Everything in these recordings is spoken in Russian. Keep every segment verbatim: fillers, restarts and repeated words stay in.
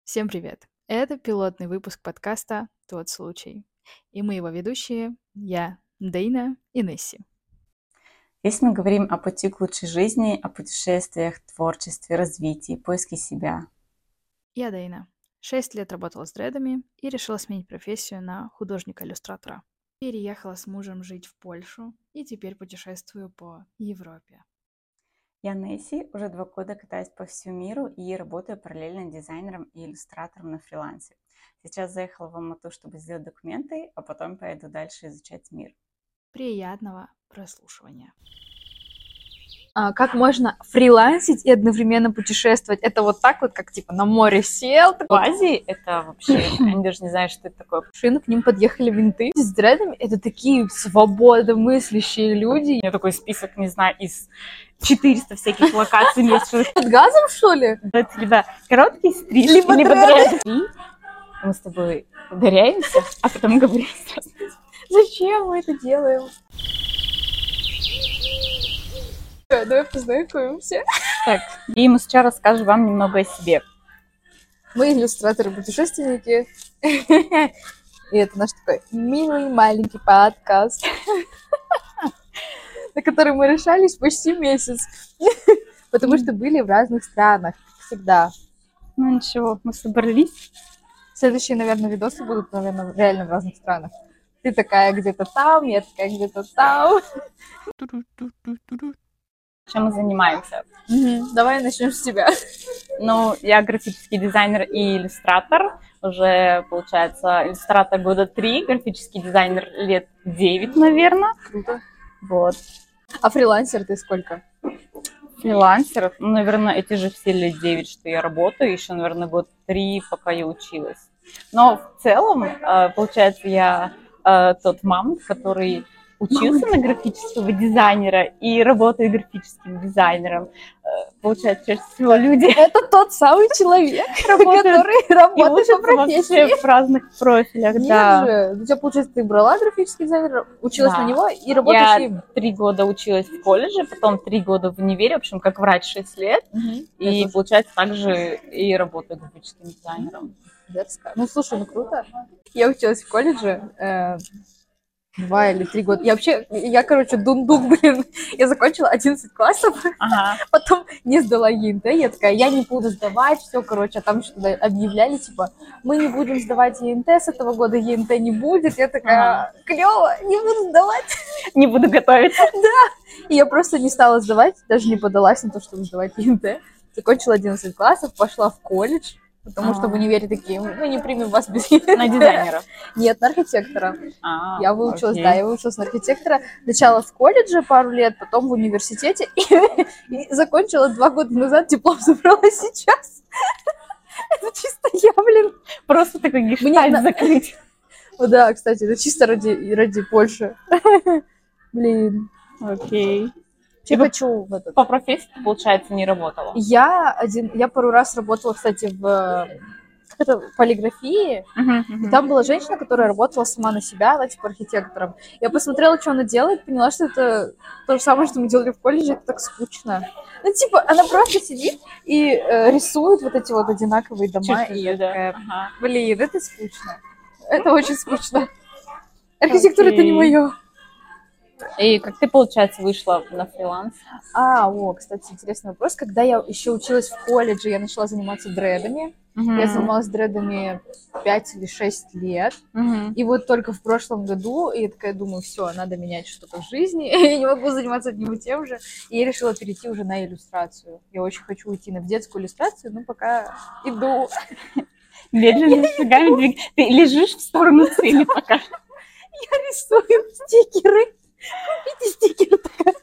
Всем привет! Это пилотный выпуск подкаста «Тот случай». И мы его ведущие, я, Дейна и Несси. Здесь мы говорим о пути к лучшей жизни, о путешествиях, творчестве, развитии, поиске себя. Я Дейна. Шесть лет работала с дредами и решила сменить профессию на художника-иллюстратора. Переехала с мужем жить в Польшу и теперь путешествую по Европе. Я Несси, уже два года катаюсь по всему миру и работаю параллельно дизайнером и иллюстратором на фрилансе. Сейчас заехала в Алмату, чтобы сделать документы, а потом поеду дальше изучать мир. Приятного прослушивания. А, как можно фрилансить и одновременно путешествовать? Это вот так вот, как типа на море сел. В Азии это вообще, они даже не знают, что это такое. Машину, к ним подъехали винты. С дредами это такие свободомыслящие люди. У меня такой список, не знаю, из четырёхсот всяких локаций. Под газом, что ли? Это либо короткий стриж, Либо либо дреды. дреды. Мы с тобой ударяемся, а потом говорим сразу. Зачем мы это делаем? Давай познакомимся. Так, и мы сейчас расскажем вам немного о себе. Мы иллюстраторы-путешественники. И это наш такой милый маленький подкаст, на который мы решались почти месяц. Потому что были в разных странах, как всегда. Ну ничего, мы собрались. Следующие, наверное, видосы будут, наверное, реально в разных странах. Ты такая где-то там, я такая где-то там. Чем мы занимаемся? Угу. Давай начнем с тебя. Ну, я графический дизайнер и иллюстратор. Уже, получается, иллюстратор года три, графический дизайнер лет девять, наверное. Круто. Вот. А фрилансер ты сколько? Фрилансер, ну, наверное, эти же все лет девять, что я работаю, еще, наверное, год три, пока я училась. Но в целом, получается, я тот мамонт, который учился на графического дизайнера и работает графическим дизайнером. Получается, чаще всего люди... Это тот самый человек, который работает по профессии. в разных профилях, Нет да. же. У тебя, получается, ты брала графический дизайнер, училась Да. на него и работаешь Я им. три года училась в колледже, потом три года в универе, в общем, как врач шесть лет. Угу. И, получается, также и работаю графическим дизайнером. Дерзко. Ну, слушай, ну круто. Я училась в колледже э, два или три года. Я вообще, я, короче, дундук, блин. Я закончила одиннадцать классов, Ага. потом не сдала ЕНТ. Я такая, я не буду сдавать, все, короче. А там что-то объявляли, типа, мы не будем сдавать ЕНТ, с этого года ЕНТ не будет. Я такая, Ага. клево, не буду сдавать. Не буду готовиться. И я просто не стала сдавать, даже не подалась на то, чтобы сдавать ЕНТ. Закончила одиннадцать классов, пошла в колледж, потому что в универе такие, мы не примем вас без ЕНТ. На дизайнера. Нет, на архитектора. А, Я выучилась, окей. да, я выучилась на архитектора. Сначала в колледже пару лет, потом в университете. И, и закончила два года назад, диплом забрала сейчас. Это чисто я, блин. Просто такой Мне гештальт на- закрыть. О, да, кстати, это чисто ради, ради Польши. Блин. Окей. Я Типа- хочу в этот. По профессии, получается, не работала. Я один, я пару раз работала, кстати, в как это, полиграфии. Мгм, И мгм. там была женщина, которая работала сама на себя, она типа архитектором. Я посмотрела, что она делает, поняла, что это то же самое, что мы делали в колледже, это так скучно. Ну, типа, она просто сидит и э, рисует вот эти вот одинаковые дома, Чувствую, и я да. такая, Ага. блин, это скучно. Это очень скучно. Архитектура это не Окей. мое. И как ты, получается, вышла на фриланс? А, о, кстати, интересный вопрос. Когда я еще училась в колледже, я начала заниматься дредами. Я занималась дредами пять или шесть лет. Мгм. И вот только в прошлом году я такая думаю, все, надо менять что-то в жизни. Я не могу заниматься одним и тем же. И я решила перейти уже на иллюстрацию. Я очень хочу уйти на в детскую иллюстрацию, но пока иду. Медленными шагами двиг- Ты лежишь в сторону цели пока. Я рисую стикеры. Купите стикеры.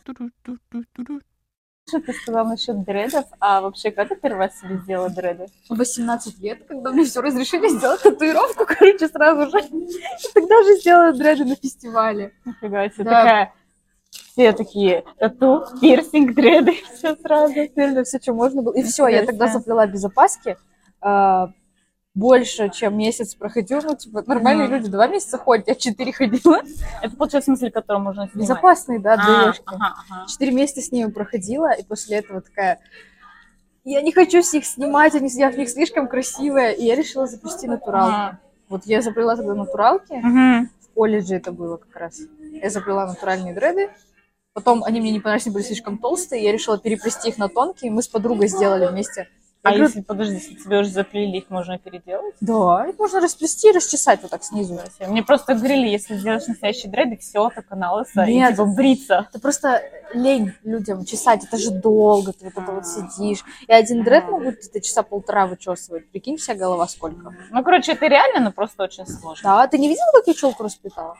Что ты сказала насчет дредов? А вообще, как ты первый раз себе сделала дреды? восемнадцать лет, когда мне все разрешили сделать татуировку, короче, сразу же. И тогда же сделала дреды на фестивале. Нифига себе, Да. такая... Все такие, тату, пирсинг, дреды, все сразу. Реально все, что можно было. И все, я Интересно. тогда заплела без опаски. а, Больше, чем месяц проходил. Ну, типа, нормальные Мгм. люди два месяца ходят, я четыре ходила. Это, получается, смысл, который можно снимать. Безопасные, да, А, девушки. ага, ага. Четыре месяца с ними проходила, и после этого такая, я не хочу с них снимать, они я в них слишком красивая, и я решила запустить натуралки. Ага. Вот я изобрела тогда натуралки, Мгм. в колледже это было как раз. Я изобрела натуральные дреды, потом они мне не понравились, они были слишком толстые, я решила переплести их на тонкие, мы с подругой сделали вместе. Я А говорю, если, подожди, если тебе уже заплели, их можно переделать? да, их можно расплести и расчесать вот так снизу. Мне просто говорили, если сделаешь настоящий дреды, все, только на лысо, и Нет. типа бриться. Это просто лень людям чесать, это же долго, ты вот это вот А. сидишь. И один дред Ага. могут где-то часа полтора вычесывать, прикинь, вся голова сколько. Ну, короче, это реально, но просто очень сложно. Да, ты не видела, как я челку расплетала?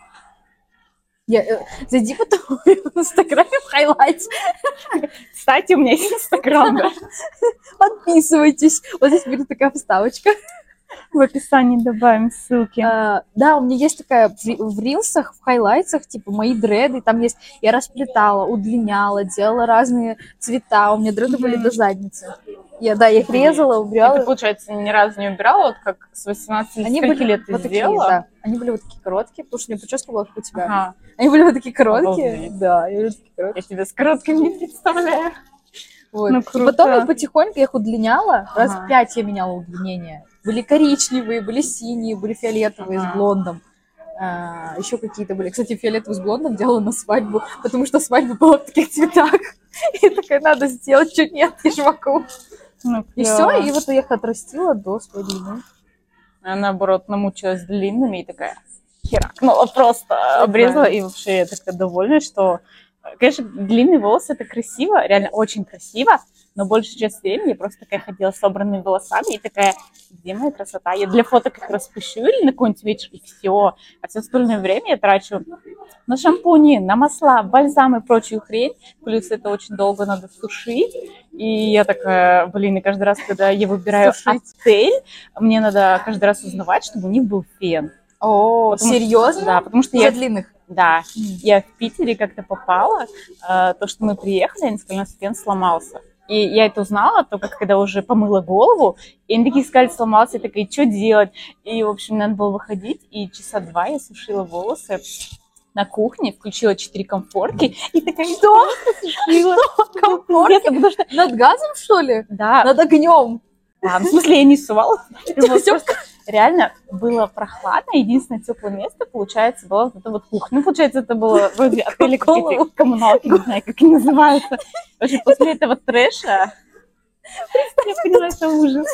Я, э, зайди потом в инстаграме в хайлайтс, Кстати, у меня есть инстаграм, да. подписывайтесь. Вот здесь будет такая вставочка. В описании добавим ссылки. А, да, у меня есть такая в, ри- в рилсах, в хайлайтсах, типа мои дреды, там есть, я расплетала, удлиняла, делала разные цвета, у меня дреды были Мгм. до задницы. Я, да, я их резала, И убирала. ты, получается, ни разу не убирала, вот как с восемнадцати Они скольки были лет ты вот такие, сделала? да. Они были вот такие короткие, потому что у меня прическа была как у тебя. Ага. Они были вот такие короткие. Обалдеть. Да, они были такие короткие. Я тебя с коротким не представляю. Вот. Ну, И круто. потом я потихоньку их удлиняла. Раз Ага. в пять я меняла удлинение. Были коричневые, были синие, были фиолетовые Ага. с блондом. А, еще какие-то были. Кстати, фиолетовый с блондом делала на свадьбу, потому что свадьба была в таких цветах. И такая, надо сделать, чуть нет, я же могу. Ну, И клёво. все, и вот я их отрастила до своей длины. А наоборот, намучилась длинными и такая херакнула просто, обрезала, и вообще я такая довольна, что, конечно, длинные волосы это красиво, реально очень красиво, но большую часть времени я просто такая ходила с собранными волосами и такая, где моя красота? Я для фоток их распущу или на какой-нибудь вечер, и все. А все остальное время я трачу на шампуни, на масла, бальзам и прочую хрень. Плюс это очень долго надо сушить. И я такая, блин, и каждый раз, когда я выбираю Сушить. отель, мне надо каждый раз узнавать, чтобы у них был фен. О, Потому что- серьезно? Да, потому что Из-за я, длинных. да, я в Питере как-то попала, э, то, что мы приехали, они сказали, у нас фен сломался. И я это узнала только когда уже помыла голову, и они такие сказали, сломался, я такая, что делать? И, в общем, надо было выходить, и часа два я сушила волосы на кухне, включила четыре комфорки, и такая, что? Сушила. Комфорки? Пиздец, потому что, Над газом, что ли? да, Над огнем. да, в смысле, я не сувала. Всё. Просто реально было прохладно. Единственное теплое место, получается, было вот это вот кухня. Ну, получается, это было вроде отели Голову. какие-то коммуналки, не знаю, как они называются. В общем, после этого трэша я поняла, это ужас.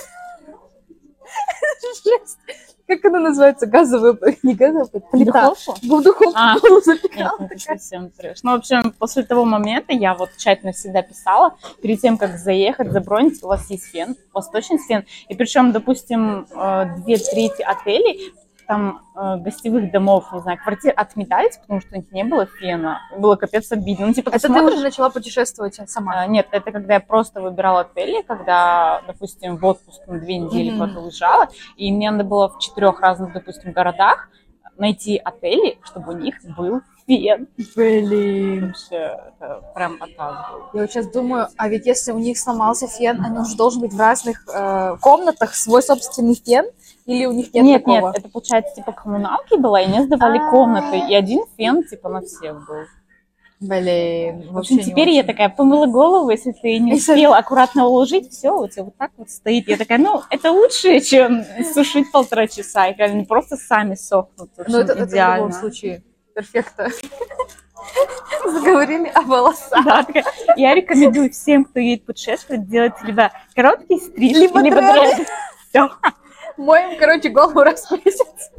Жесть. Как она называется? Газовая, не газовая, плита. Духовку? В духовку А. голову Нет, запекала. ну это совсем трэш. Ну, в общем, после того момента я вот тщательно всегда писала, перед тем, как заехать, забронить, у вас есть фен, у вас точно есть фен. И причем, допустим, э, две трети отелей, там, э, гостевых домов, не знаю, квартир отметались, потому что у них не было фена. Было капец обидно. Ну, типа, ты Это ты смотришь, уже начала путешествовать сама? а, нет, это когда я просто выбирала отели, когда, допустим, в отпуск на две недели Мгм. куда-то уезжала, и мне надо было в четырех разных, допустим, городах найти отели, чтобы у них был фен. Блин. Вообще, это прям атас был. Я вот сейчас думаю, а ведь если у них сломался фен, они уже должен быть в разных э, комнатах свой собственный фен? Или у них нет, Нет, такого? нет, это, получается, типа коммуналки была, и они сдавали А. комнаты, и один фен, типа, на всех был. Блин, В вообще общем, не теперь я очень. такая помыла голову, если ты не И со- успела аккуратно уложить, все, у тебя вот так вот стоит. Я такая, ну, это лучше, чем сушить полтора часа, и как они просто сами сохнут. В общем, Ну, это, это в идеально. любом случае перфекто. Заговорили о волосах. Да, такая, я рекомендую всем, кто едет путешествовать, делать либо короткие стрижки, Либо либо, дреды. дреды. Всё. Моем, короче, голову раз в месяц.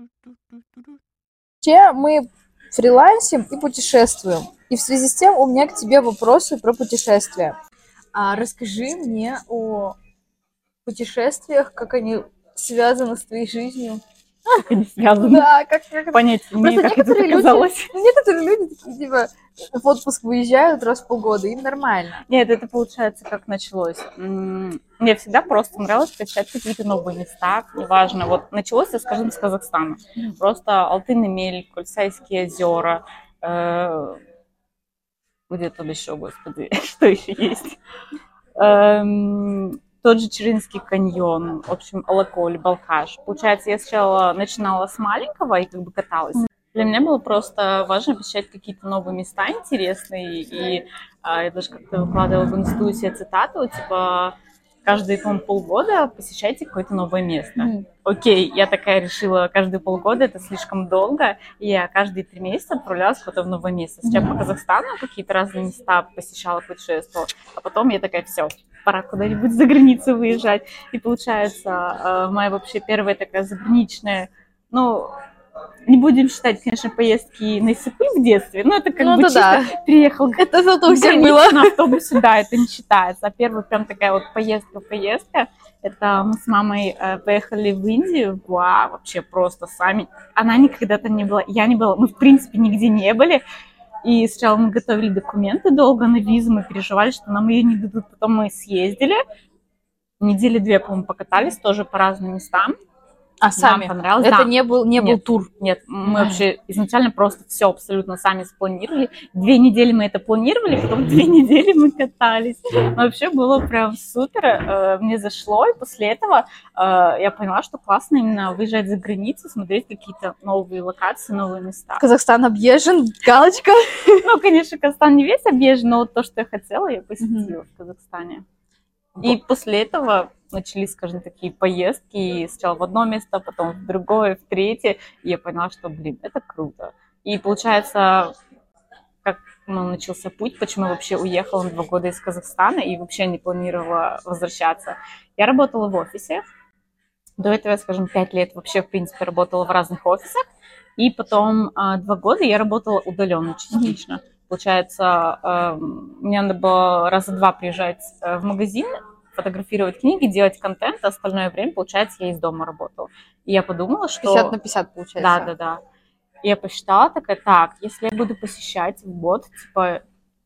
Вообще мы фрилансим и путешествуем. И в связи с тем у меня к тебе вопросы про путешествия. А расскажи мне о путешествиях, как они связаны с твоей жизнью. Как они связаны. Да, как, как это- Понятия не имею, Просто как это некоторые люди- оказалось. Некоторые люди такие, типа, в отпуск выезжают раз в полгода, им нормально. Нет, это получается как началось. М, Мне всегда просто нравилось скачать какие-то новые места, неважно. Вот началось, я, скажем, с Казахстана. Просто Алтын-Эмель, Кольцайские озера, э, где тут еще, господи, что еще есть? Эм, Тот же Чиринский каньон, в общем, Алаколь, Балкаш. Получается, я сначала начинала с маленького и как бы каталась. Для меня было просто важно посещать какие-то новые места интересные, и а, я даже как-то выкладывала в инсту себе цитату, типа, каждые, по-моему, полгода посещайте какое-то новое место. Мгм. Окей, я такая решила, каждые полгода это слишком долго, и я каждые три месяца отправлялась куда-то в новое место. Сначала по Казахстану какие-то разные места посещала, путешествовала, а потом я такая, все, пора куда-нибудь за границу выезжать. И получается, э, моя вообще первая такая заграничная, ну, не будем считать, конечно, поездки на Иссык-Куль в детстве, но это как Ну, бы это чисто да. приехал Это зато у за всех границу было. на автобусе, да, это не считается. А первая прям такая вот поездка-поездка, это мы с мамой э, поехали в Индию, в Гоа, вообще просто сами. Она никогда там не была, я не была, мы в принципе нигде не были. И сначала мы готовили документы долго на визу, мы переживали, что нам ее не дадут. Потом мы съездили, недели две, по-моему, покатались тоже по разным местам. А Нам сами? понравилось, Это да. не был, не был Нет. тур. Нет, мы Ага. вообще изначально просто все абсолютно сами спланировали. Две недели мы это планировали, потом две недели мы катались. Но вообще было прям супер, э, мне зашло, и после этого э, я поняла, что классно именно выезжать за границу, смотреть какие-то новые локации, новые места. Казахстан объезжен, галочка. Ну, конечно, Казахстан не весь объезжен, но вот то, что я хотела, я посетила в Казахстане. И после этого начались, скажем, такие поездки, и сначала в одно место, потом в другое, в третье, и я поняла, что, блин, это круто. И получается, как ну, начался путь, почему я вообще уехала на два года из Казахстана и вообще не планировала возвращаться. Я работала в офисе, до этого я, скажем, пять лет вообще, в принципе, работала в разных офисах, и потом а, два года я работала удаленно частично. Получается, э, мне надо было раза два приезжать э, в магазин, фотографировать книги, делать контент, а остальное время, получается, я из дома работала. И я подумала, что... пятьдесят на пятьдесят получается. Да, да, да. И я посчитала такая, так, если я буду посещать в год, типа,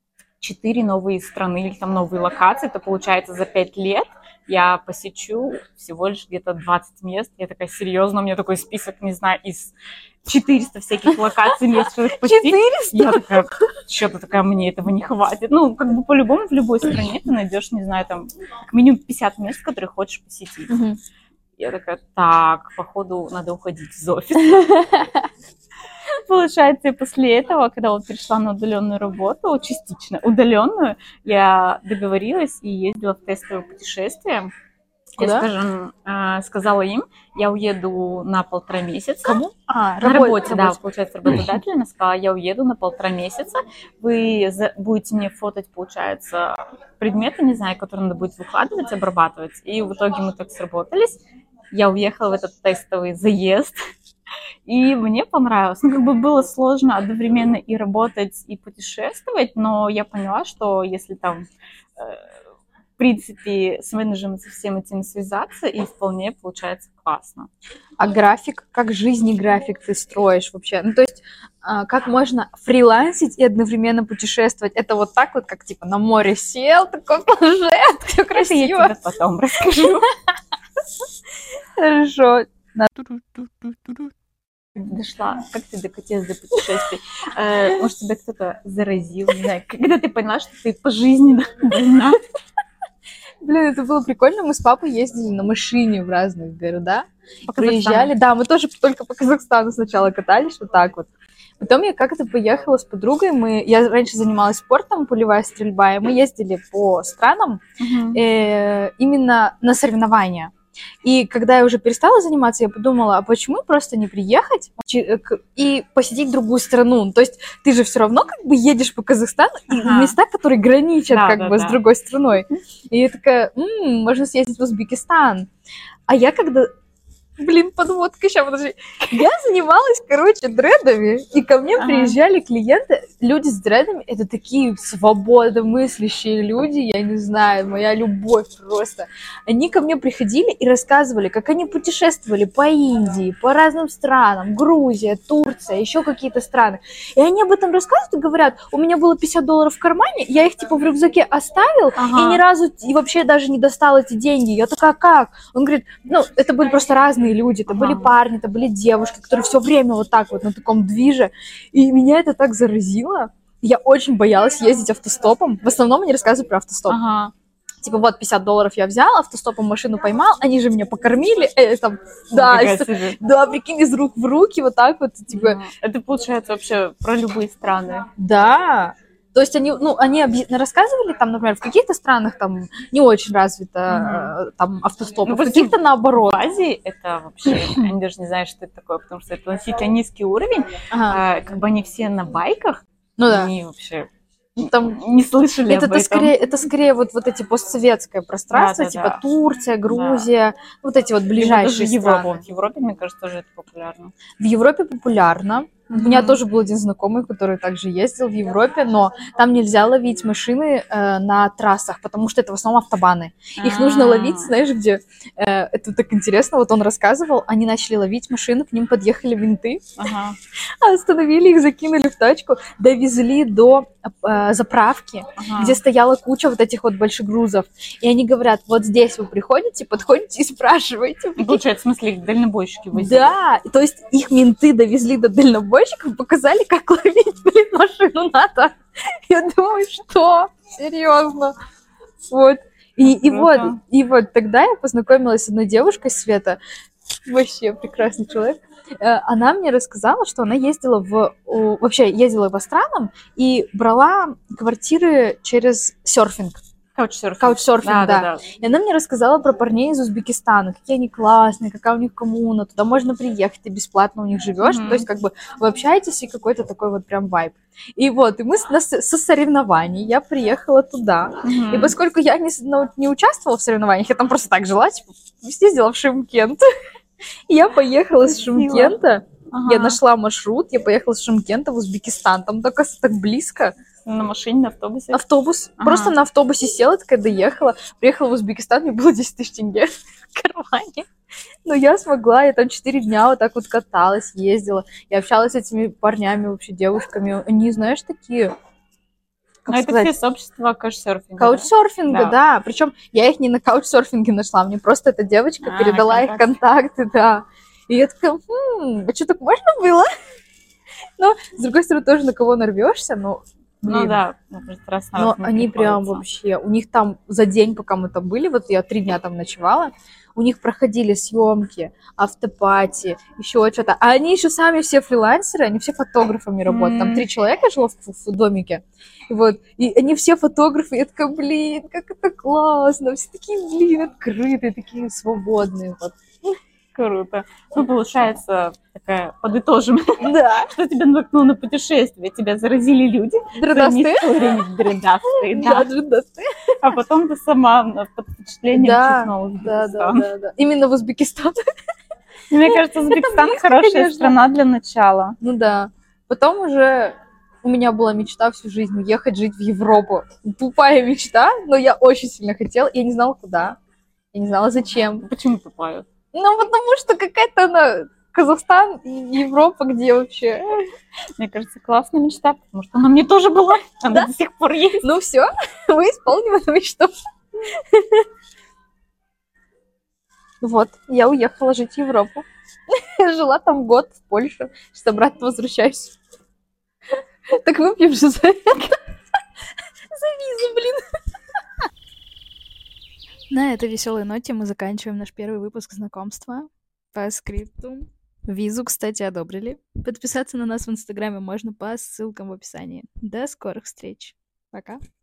четыре новые страны или там новые локации, то, получается, за пять лет я посещу всего лишь где-то двадцать мест. Я такая, серьезно, у меня такой список, не знаю, из четырёхсот всяких локаций мест, что их посетить. четыреста? Я такая, что-то такая, мне этого не хватит. Ну, как бы по-любому в любой стране ты найдешь, не знаю, там, как минимум пятьдесят мест, которые хочешь посетить. Мгм. Я такая, так, походу, надо уходить из офиса. Получается, и после этого, когда вот пришла на удаленную работу, частично удаленную, я договорилась и ездила в тестовое путешествие. Куда? Я, скажем, э, сказала им, я уеду на полтора месяца. Кому? А, На работе, работе, да, получается, работодатель она сказала, я уеду на полтора месяца, вы за- будете мне фотать, получается, предметы, не знаю, которые надо будет выкладывать, обрабатывать. И в итоге мы так сработались. Я уехала в этот тестовый заезд, и мне понравилось. Ну, как бы было сложно одновременно и работать, и путешествовать, но я поняла, что если там, э, в принципе, с менеджером со всем этим связаться, и вполне получается классно. А график, как жизни график ты строишь вообще? Ну, то есть, а, как можно фрилансить и одновременно путешествовать? Это вот так вот, как типа на море сел, такой планшет, все Это я красиво. тебе потом расскажу. Хорошо. Дошла, как ты докатилась до путешествий? Э, может, тебя кто-то заразил, не знаю, когда ты поняла, что ты пожизненно больна? Блин, это было прикольно. Мы с папой ездили на машине в разных города. По Приезжали. Да, мы тоже только по Казахстану сначала катались, вот так вот. Потом я как-то поехала с подругой. Мы... Я раньше занималась спортом, пулевая стрельба, и мы ездили по странам Мгм. э, именно на соревнования. И когда я уже перестала заниматься, я подумала, а почему просто не приехать чи- к- и посетить другую страну? То есть ты же все равно как бы едешь по Казахстану и в Ага. места, которые граничат Да, как да, бы да. с другой страной. И я такая, «М, можно съездить в Узбекистан. А я когда... Блин, подводка, сейчас, подожди. Я занималась, короче, дредами, и ко мне Ага. приезжали клиенты, люди с дредами, это такие свободомыслящие люди, я не знаю, моя любовь просто. Они ко мне приходили и рассказывали, как они путешествовали по Индии, по разным странам, Грузия, Турция, еще какие-то страны. И они об этом рассказывают и говорят, у меня было пятьдесят долларов в кармане, я их типа в рюкзаке оставил, Ага. и ни разу и вообще даже не достал эти деньги. Я такая, как? Он говорит, ну, это были просто разные люди, это Ага. были парни, это были девушки, которые все время вот так вот на таком движе. И меня это так заразило. Я очень боялась ездить автостопом. В основном они рассказывают про автостоп. Ага. Типа, вот пятьдесят долларов я взял, автостопом машину поймал, они же меня покормили. Э, там, да, Нифига из- себе. да, прикинь, из рук в руки, вот так вот, типа, Мгм. Это получается вообще про любые страны. да. То есть они, ну, они объ- рассказывали там, например, в каких-то странах там не очень развито э, там автостоп, Ну, а в вот каких-то в наоборот. Азии это вообще, они даже не знают, что это такое, потому что это относительно низкий уровень. Ага. А, как бы они все на байках, Ну да. они вообще Ну, там не слышали это, об это этом. скорее, это скорее вот, вот эти постсоветское пространство, Да, да, типа да. Турция, Грузия, вот эти вот Либо даже ближайшие Европа. страны. Вот в Европе, мне кажется, тоже это популярно. В Европе популярно. У Мгм. меня тоже был один знакомый, который также ездил в Европе, но там нельзя ловить машины э, на трассах, потому что это в основном автобаны. Их нужно ловить, А. знаешь, где? Э, это так интересно, вот он рассказывал, они начали ловить машину, к ним подъехали менты, Ага. остановили их, закинули в тачку, довезли до э, заправки, Ага. где стояла куча вот этих вот больших грузов. И они говорят, вот здесь вы приходите, подходите и спрашиваете. Ну, получается, в смысле, их дальнобойщики возили. Да, то есть их менты довезли до дальнобойщиков, показали, как ловить, блин, машину надо. Я думаю, что? Серьезно? Вот. И, и вот, Круто. и вот тогда я познакомилась с одной девушкой, Света, вообще прекрасный человек. Э, Она мне рассказала, что она ездила в... у- Вообще ездила по странам и брала квартиры через серфинг. Каучсерфинг. Каучсерфинг, Да, да. да, да. И она мне рассказала про парней из Узбекистана, какие они классные, какая у них коммуна, туда можно приехать, ты бесплатно у них живешь, Мгм. то есть как бы вы общаетесь, и какой-то такой вот прям вайб. И вот, и мы с- на с- со соревнований, я приехала туда, Мгм. и поскольку я не, с- ну, не участвовала в соревнованиях, я там просто так жила, типа, съездила в Шымкент, и я поехала с Красиво. Шымкента, Ага. я нашла маршрут, я поехала с Шымкента в Узбекистан, там так, так близко. На машине, на автобусе. Автобус. Ага. Просто на автобусе села, такая доехала. Приехала в Узбекистан, мне было десять тысяч тенге в кармане. Но я смогла, я там четыре дня вот так вот каталась, ездила. Я общалась с этими парнями, вообще девушками. Они, знаешь, такие... Как Но это сказать? все сообщества каучсерфинга. да? Каучсерфинга, Да. да. Причем я их не на каучсерфинге нашла, мне просто эта девочка А, передала их контакты, да. И я такая, хм, а что, так можно было? Но, с другой стороны, тоже на кого нарвешься, но... Ну блин, да, на каждый раз на но раз не они прям приходится. вообще, у них там за день, пока мы там были, вот я три дня там ночевала, у них проходили съемки, автопати, еще что-то. А они еще сами все фрилансеры, они все фотографами работают. Там М. три человека жило в, в домике. И вот, и они все фотографы. Я такая, блин, как это классно. Все такие, блин, открытые, такие свободные. Вот. Круто. Ну, получается, такая, подытожим, Да. что тебя натолкнуло на путешествие, тебя заразили люди, своими Дродастые. историями дрендастые, Да, да. дродастые. А потом ты сама на- под впечатлением Да, чухнула да, да, Узбекистан. да, да. Именно в Узбекистан. Мне кажется, Узбекистан близко, хорошая конечно. страна для начала. Ну да. Потом уже у меня была мечта всю жизнь уехать жить в Европу. Тупая мечта, но я очень сильно хотела. Я не знала, куда. Я не знала, зачем. Почему тупая? Ну, потому что какая-то она... Казахстан и Европа, где вообще... Мне кажется, классная мечта, потому что она мне тоже была, она до сих пор есть. Ну все, мы исполним эту мечту. Вот, я уехала жить в Европу. Жила там год в Польше. Сейчас обратно возвращаюсь. Так выпьем же за это. За визу, блин. На этой веселой ноте мы заканчиваем наш первый выпуск знакомства по скрипту. Визу, кстати, одобрили. Подписаться на нас в Инстаграме можно по ссылкам в описании. До скорых встреч. Пока.